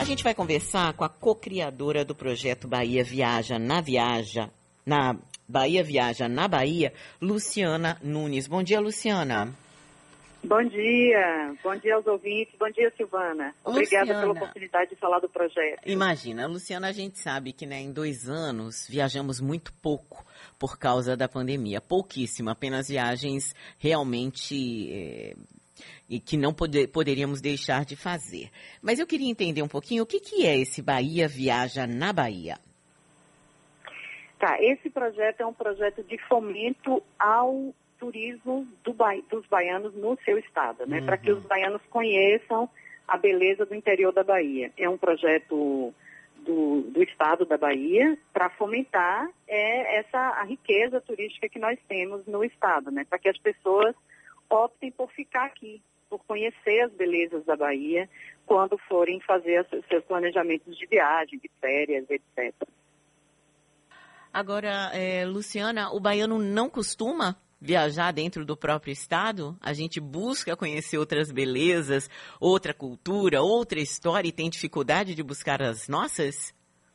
gente vai conversar com a co-criadora do projeto Bahia Viaja na Bahia Viaja na Bahia, Luciana Nunes. Bom dia, Luciana. Bom dia aos ouvintes, bom dia, Silvana. Obrigada pela oportunidade de falar do projeto. Imagina, Luciana, a gente sabe que em 2 anos viajamos muito pouco por causa da pandemia, pouquíssimo, apenas viagens realmente e que não poderíamos deixar de fazer. Mas eu queria entender um pouquinho o que é esse Bahia Viaja na Bahia. Tá, esse projeto é um projeto de fomento ao turismo dos baianos no seu estado, né? Para que os baianos conheçam a beleza do interior da Bahia. É um projeto do estado da Bahia para fomentar a riqueza turística que nós temos no estado, né? Para que as pessoas optem por ficar aqui, por conhecer as belezas da Bahia quando forem fazer seus planejamentos de viagem, de férias, etc. Agora, Luciana, o baiano não costuma viajar dentro do próprio estado? A gente busca conhecer outras belezas, outra cultura, outra história e tem dificuldade de buscar as nossas?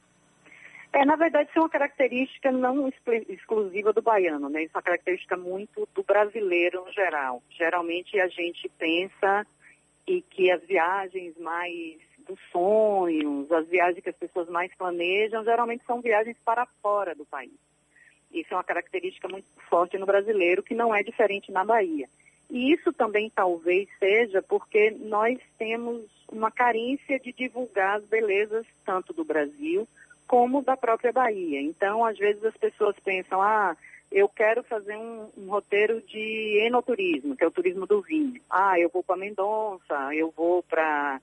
Na verdade, isso é uma característica não exclusiva do baiano, né? Isso é uma característica muito do brasileiro no geral. Geralmente a gente pensa que as viagens mais dos sonhos, as viagens que as pessoas mais planejam, geralmente são viagens para fora do país. Isso é uma característica muito forte no brasileiro, que não é diferente na Bahia. E isso também talvez seja porque nós temos uma carência de divulgar as belezas tanto do Brasil como da própria Bahia. Então, às vezes as pessoas pensam, eu quero fazer um roteiro de enoturismo, que é o turismo do vinho. Eu vou para Mendonça, eu vou para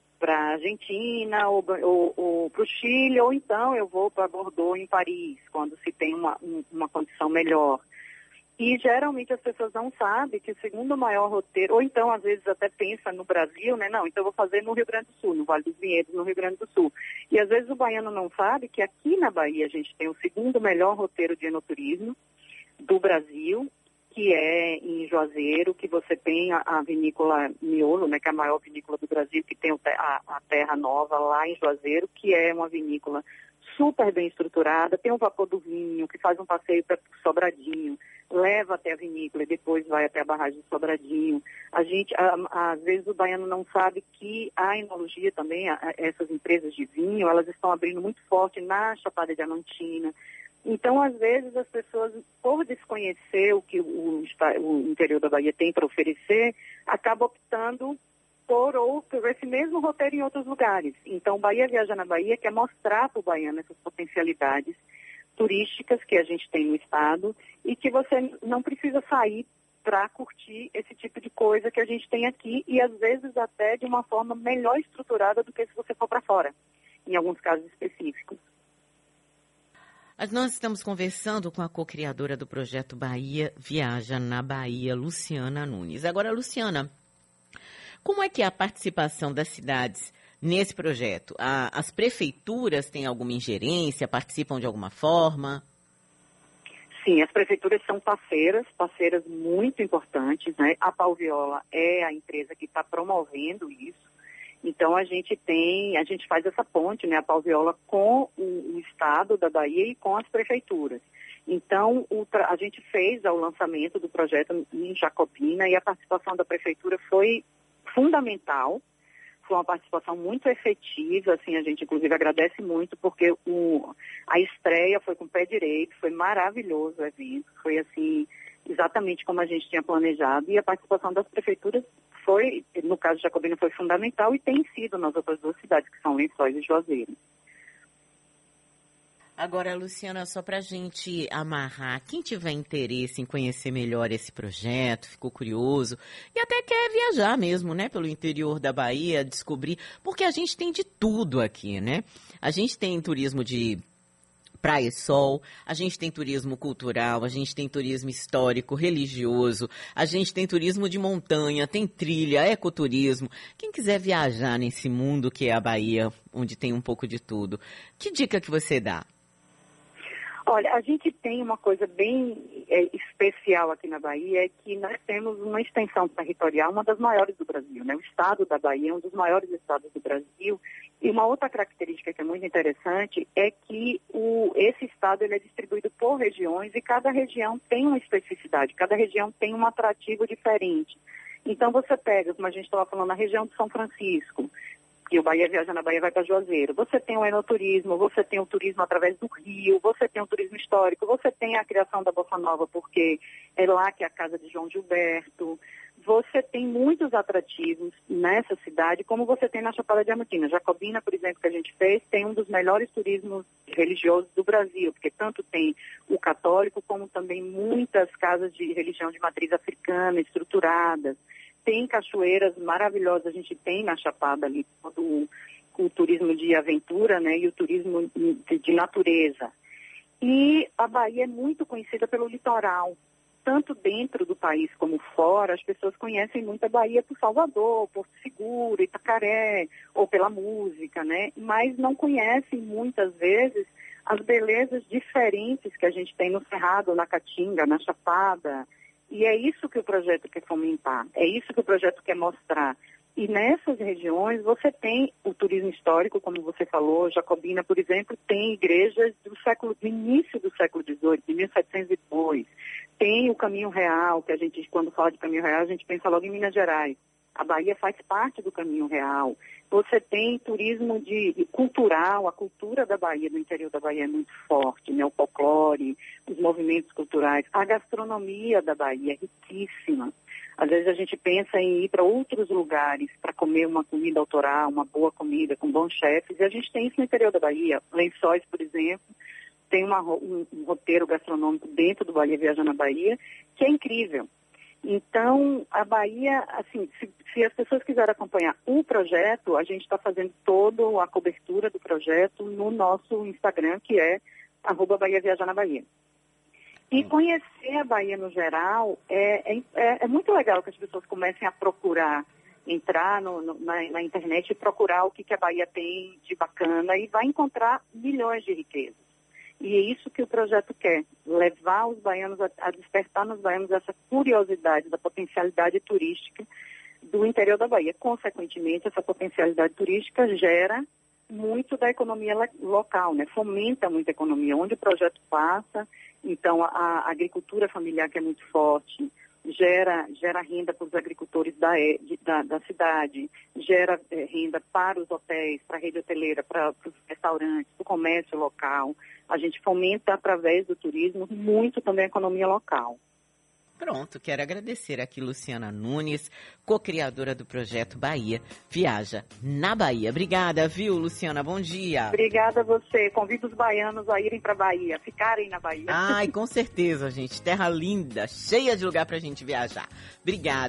Argentina ou para o Chile, ou então eu vou para Bordeaux, em Paris, quando se tem uma condição melhor. E geralmente as pessoas não sabem que o segundo maior roteiro, ou então às vezes até pensa no Brasil, né? Não, então eu vou fazer no Rio Grande do Sul, no Vale dos Vinhedos, no Rio Grande do Sul. E às vezes o baiano não sabe que aqui na Bahia a gente tem o segundo melhor roteiro de enoturismo do Brasil, que é em Juazeiro, que você tem a vinícola Miolo, né, que é a maior vinícola do Brasil, que tem a Terra Nova lá em Juazeiro, que é uma vinícola super bem estruturada, tem o Vapor do Vinho, que faz um passeio para Sobradinho, leva até a vinícola e depois vai até a barragem de Sobradinho. Às vezes o baiano não sabe que a enologia também, essas empresas de vinho, elas estão abrindo muito forte na Chapada Diamantina. Então, às vezes, as pessoas, por desconhecer o que o interior da Bahia tem para oferecer, acabam optando por esse mesmo roteiro em outros lugares. Então, Bahia Viaja na Bahia quer mostrar para o baiano essas potencialidades turísticas que a gente tem no estado e que você não precisa sair para curtir esse tipo de coisa que a gente tem aqui e, às vezes, até de uma forma melhor estruturada do que se você for para fora, em alguns casos específicos. Mas nós estamos conversando com a co-criadora do projeto Bahia Viaja na Bahia, Luciana Nunes. Agora, Luciana, como é que é a participação das cidades nesse projeto? As prefeituras têm alguma ingerência, participam de alguma forma? Sim, as prefeituras são parceiras muito importantes, né? A Palviola é a empresa que está promovendo isso. Então, a gente faz essa ponte, né, a Palviola, com o estado da Bahia e com as prefeituras. Então, a gente fez o lançamento do projeto em Jacobina e a participação da prefeitura foi fundamental. Foi uma participação muito efetiva, assim, a gente inclusive agradece muito, porque a estreia foi com o pé direito, foi maravilhoso o evento, foi assim, exatamente como a gente tinha planejado, e a participação das prefeituras foi, no caso de Jacobina, foi fundamental e tem sido nas outras 2 cidades, que são Lençóis e Juazeiro. Agora, Luciana, só para a gente amarrar, quem tiver interesse em conhecer melhor esse projeto, ficou curioso e até quer viajar mesmo, né, pelo interior da Bahia, descobrir, porque a gente tem de tudo aqui, né? A gente tem turismo de praia e sol, a gente tem turismo cultural, a gente tem turismo histórico, religioso, a gente tem turismo de montanha, tem trilha, ecoturismo. Quem quiser viajar nesse mundo que é a Bahia, onde tem um pouco de tudo, que dica que você dá? Olha, a gente tem uma coisa bem especial aqui na Bahia, é que nós temos uma extensão territorial, uma das maiores do Brasil, né? O estado da Bahia é um dos maiores estados do Brasil. E uma outra característica que é muito interessante é que esse estado ele é distribuído por regiões e cada região tem uma especificidade, cada região tem um atrativo diferente. Então você pega, como a gente estava falando, a região de São Francisco, que o Bahia Viaja na Bahia vai para Juazeiro. Você tem o enoturismo, você tem o turismo através do rio, você tem o turismo histórico, você tem a criação da Bossa Nova, porque é lá que é a casa de João Gilberto. Você tem muitos atrativos nessa cidade, como você tem na Chapada Diamantina. Jacobina, por exemplo, que a gente fez, tem um dos melhores turismos religiosos do Brasil, porque tanto tem o católico, como também muitas casas de religião de matriz africana, estruturadas. Tem cachoeiras maravilhosas, a gente tem na Chapada ali todo o turismo de aventura, né, e o turismo de natureza. E a Bahia é muito conhecida pelo litoral, tanto dentro do país como fora. As pessoas conhecem muito a Bahia por Salvador, Porto Seguro, Itacaré, ou pela música, né, mas não conhecem muitas vezes as belezas diferentes que a gente tem no Cerrado, na Caatinga, na Chapada. E é isso que o projeto quer fomentar, é isso que o projeto quer mostrar. E nessas regiões você tem o turismo histórico, como você falou. Jacobina, por exemplo, tem igrejas do início do século XVIII, de 1702. Tem o Caminho Real, que a gente, quando fala de Caminho Real, a gente pensa logo em Minas Gerais. A Bahia faz parte do Caminho Real. Você tem turismo cultural, a cultura da Bahia, do interior da Bahia é muito forte, né? O folclore, os movimentos culturais. A gastronomia da Bahia é riquíssima. Às vezes a gente pensa em ir para outros lugares para comer uma comida autoral, uma boa comida, com bons chefes, e a gente tem isso no interior da Bahia. Lençóis, por exemplo, tem um roteiro gastronômico dentro do Bahia Viaja na Bahia, que é incrível. Então, a Bahia, assim, se as pessoas quiserem acompanhar o projeto, a gente está fazendo toda a cobertura do projeto no nosso Instagram, que é @Bahia Viaja na Bahia. E conhecer a Bahia no geral é muito legal que as pessoas comecem a procurar, entrar na internet e procurar o que a Bahia tem de bacana e vai encontrar milhões de riquezas. E é isso que o projeto quer, levar os baianos a despertar nos baianos essa curiosidade da potencialidade turística do interior da Bahia. Consequentemente, essa potencialidade turística gera muito da economia local, né? Fomenta muito a economia. Onde o projeto passa, então a agricultura familiar, que é muito forte, gera renda para os agricultores da cidade, gera renda para os hotéis, para a rede hoteleira, para os restaurantes, para o comércio local. A gente fomenta, através do turismo, muito também a economia local. Pronto, quero agradecer aqui Luciana Nunes, co-criadora do projeto Bahia Viaja na Bahia. Obrigada, viu, Luciana? Bom dia. Obrigada a você. Convido os baianos a irem para a Bahia, ficarem na Bahia. Ai, com certeza, gente. Terra linda, cheia de lugar para a gente viajar. Obrigada.